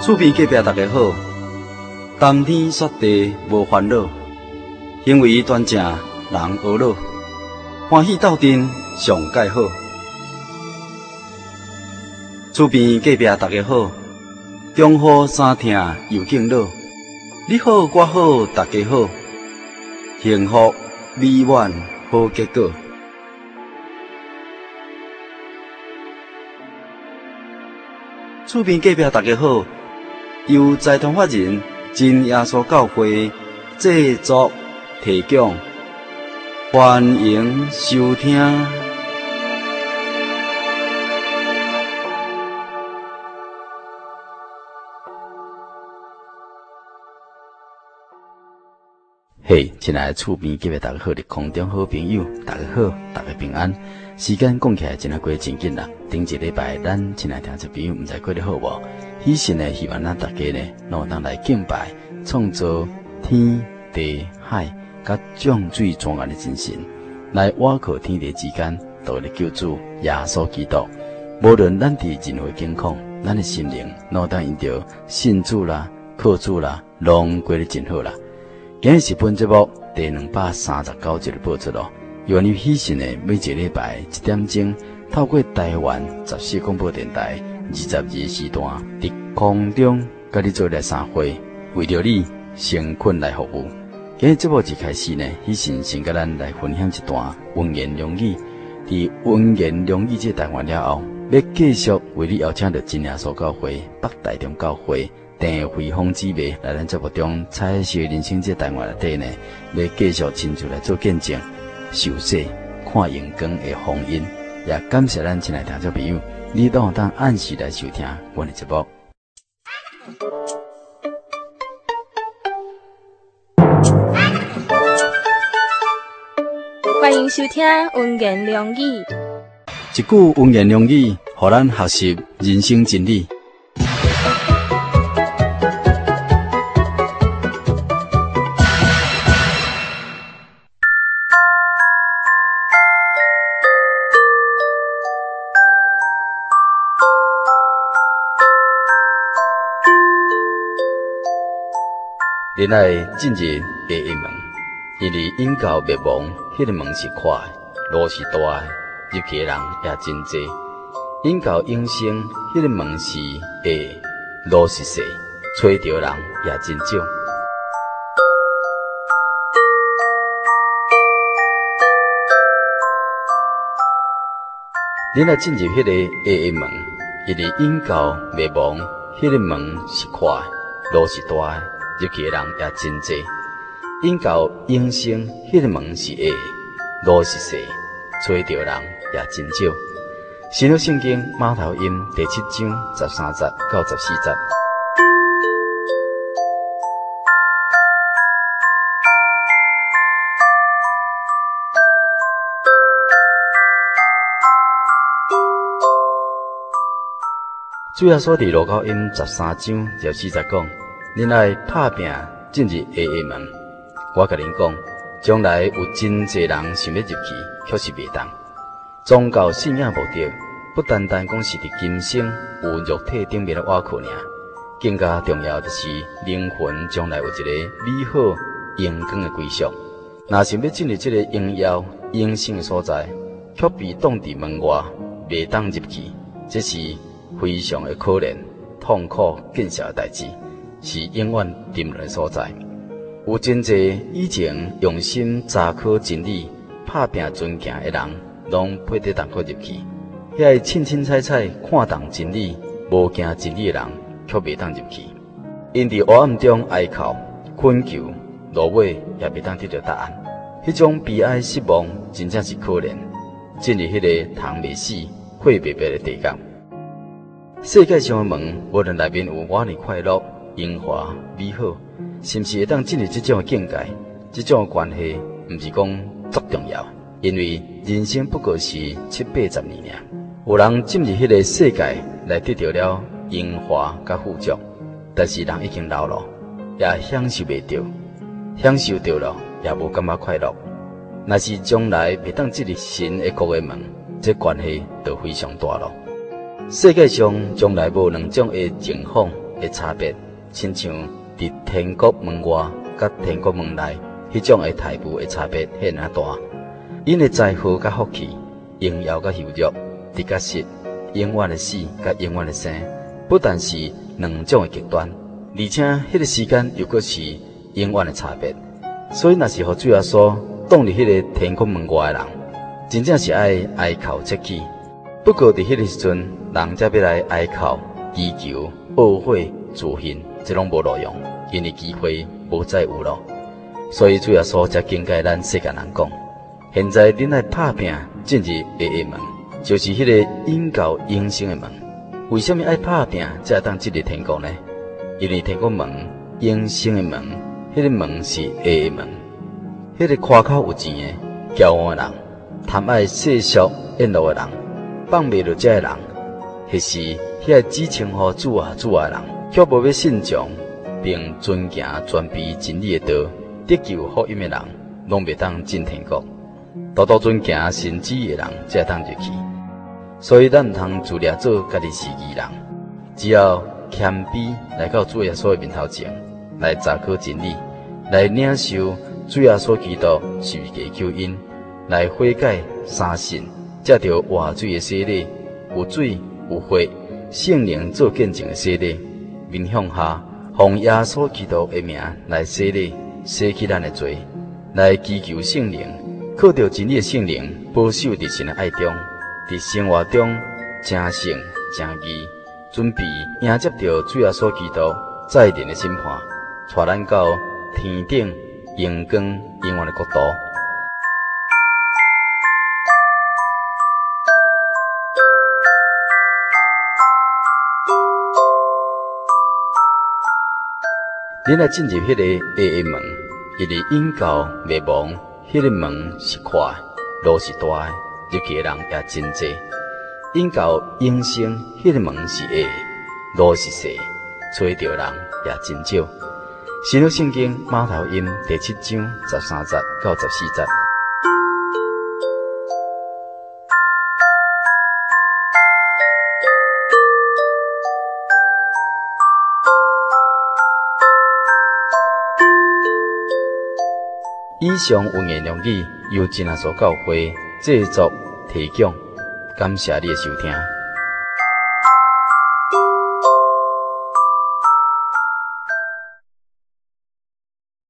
厝边隔壁大家好，谈天说地无烦恼，行为端正人和乐，欢喜斗阵上介好。厝边隔壁大家好，中好三听又敬老，你好我好大家好，幸福美满好结果。厝边隔壁大家好，由财团法人真耶稣教会制作提供，欢迎收听。嘿，亲爱的厝边隔壁大家好，的空中好朋友，大家好，大家平安。时间讲起来真系过真紧啦，顶一礼拜咱亲爱听众朋友唔知过得好无？喜神呢，希望咱大家呢，能当来敬拜创造天地海甲降水庄严的真神，来瓦靠天地之间，都为了救主耶稣基督。无论咱伫任何境况，咱的心灵能当因着信主啦、靠主啦，拢过得真好啦。今日是本节目第239集的播出咯。由于喜讯呢，每一个礼拜1点钟，透过台湾14广播电台22时段，伫空中甲你做来3会，为着你诚恳来服务。今日节目一开始呢，喜讯先甲咱来分享一段文言良语。伫文言良语这单元了后，要继续为你邀请到真耶稣教会北台中教会陈慧芳姊妹来咱节目中彩色人生这单元内底呢，要继续亲自来做见证。受洗看荧光的福音，也感谢咱亲爱听众朋友，你都当按时来收听我的节目。 欢迎收听文言良语。 一句文言良语，互咱学习人生真理。然来进入下一门，因为引教灭亡，迄个门是宽的，路是大的，入去的人也真侪；引教永生，迄个门是狭的，路是细，找着人也真少。然来进入迄个下一门，因为引教灭亡，迄个门是宽的，路是大的。入去的人也真侪，引到永生，迄个门是狭，路是细，找着人也真少。新约圣经马太福音第7章13节到14节。主耶稣伫路加福音13章14节讲。恁来拍拼进入下一门，我甲恁讲，将来有真侪人想要入去，却是袂当。宗教信仰目的，不单单讲是伫今生有肉体顶面的瓦靠尔，更加重要就是灵魂将来有一个美好阳光的归宿。若想要进入这个荣耀永生的所在，却被挡伫门外，袂当入去，这是非常的可怜、痛苦、见笑的代志。是永远沉沦的所在。有真侪以前用心查考真理、拍拼尊敬的人，拢配得当可入去。遐个凊彩彩看重真理、无惊真理的人，却袂当入去。因伫黑暗中哀哭、困求，落尾也袂当得到答案。迄种悲哀失望，真正是可怜。进入迄个通袂死、火袂灭的地狱。世界上的门，无论内面有偌尼快乐。荣华美好，是毋是会当进入这种的境界？这种的关系，毋是讲足重要，因为人生不过是7-80年尔。有人进入迄个世界来得到了荣华甲富足，但是人已经老了，也享受袂到，享受到了也无感觉快乐。若是将来袂当进入神的国的门，这关系就非常大了。世界上从来无两种的情况的差别，亲像伫天国门外甲天国门内迄种的态度的差别遐尔大。因的财富甲福气，荣耀甲羞辱，得甲失，永远的死甲永远的生，不但是两种的极端，而且迄个时间又阁是永远的差别。所以，若是互主耶稣挡伫迄个天国门外的人，真正是爱哀哭切齿。不过，伫迄个时阵，人才要来哀哭、祈求、懊悔、自恨，这拢无路用，因为机会无再有咯。所以，主耶稣才警戒咱世间人讲：现在恁来拍拼进入下个门，就是迄个引到永生的门。为什么爱拍拼才会当进入天国呢？因为天国门、永生的门，迄个门是下个门。迄个夸口有钱的、骄傲的人、贪爱世俗宴乐的人、放袂落这的人，迄是遐个只称呼主啊主啊的人，却无要信从并遵行全备真理的道，得救福音的人，拢袂当进天国。多多遵行神旨意的人，才会当入去。所以咱毋通自掠做家己是义人，只要谦卑来到主耶稣的面头前，来查考真理，来领受主耶稣基督十字架救恩，来悔改三信，才着活水的洗礼，有水有血，圣灵做见证的洗礼，面向下，奉耶稣基督的名来洗礼，洗去咱的罪，来祈求圣灵，靠着真理的圣灵，保守伫神的爱中，伫生活中诚诚诚义，准备迎接着主耶稣基督再临的审判，带咱到天顶阳光永远的国度。恁来进入迄个下个门，因为引到灭亡，迄个门是宽的，路是大的，入去的人也真济。引到永生，迄个门是矮的，路是细，找着人也真少。新约圣经马太福音第7章13节到14节。以上文言良语由真耶稣教会制作提供，感谢你的收听。